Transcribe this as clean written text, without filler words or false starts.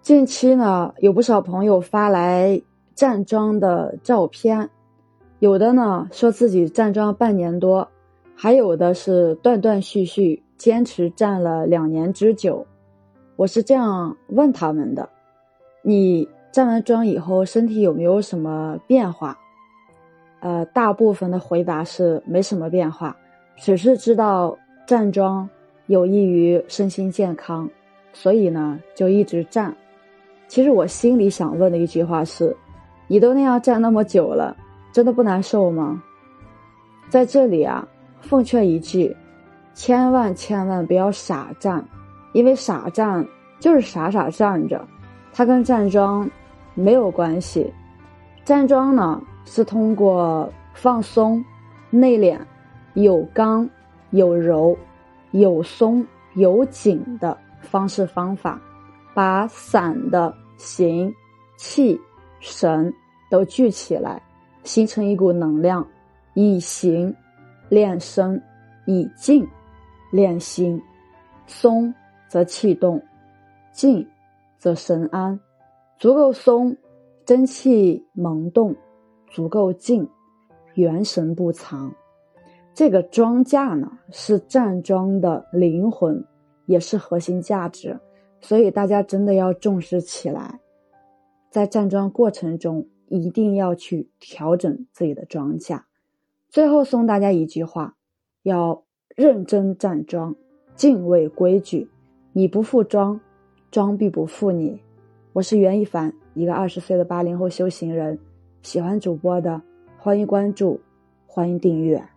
近期呢，有不少朋友发来站桩的照片，有的呢说自己站桩半年多，还有的是断断续续坚持站了2年之久。我是这样问他们的：你站完桩以后身体有没有什么变化？大部分的回答是没什么变化，只是知道站桩有益于身心健康，所以呢就一直站。其实我心里想问的一句话是，你都那样站那么久了，真的不难受吗？在这里啊，奉劝一句，千万不要傻站，因为傻站就是傻站着，它跟站桩没有关系。站桩呢，是通过放松、内敛、有刚、有柔、有松、有紧的方式方法，把散的形、气、神都聚起来，形成一股能量，以形练身，以静练心。松则气动，静则神安。足够松，真气萌动；足够静，元神不藏。这个桩架呢，是站桩的灵魂，也是核心价值，所以大家真的要重视起来。在站桩过程中，一定要去调整自己的桩架。最后送大家一句话，要认真站桩，敬畏规矩。你不负桩，桩必不负你。我是袁一凡，一个20岁的80后修行人。喜欢主播的，欢迎关注，欢迎订阅。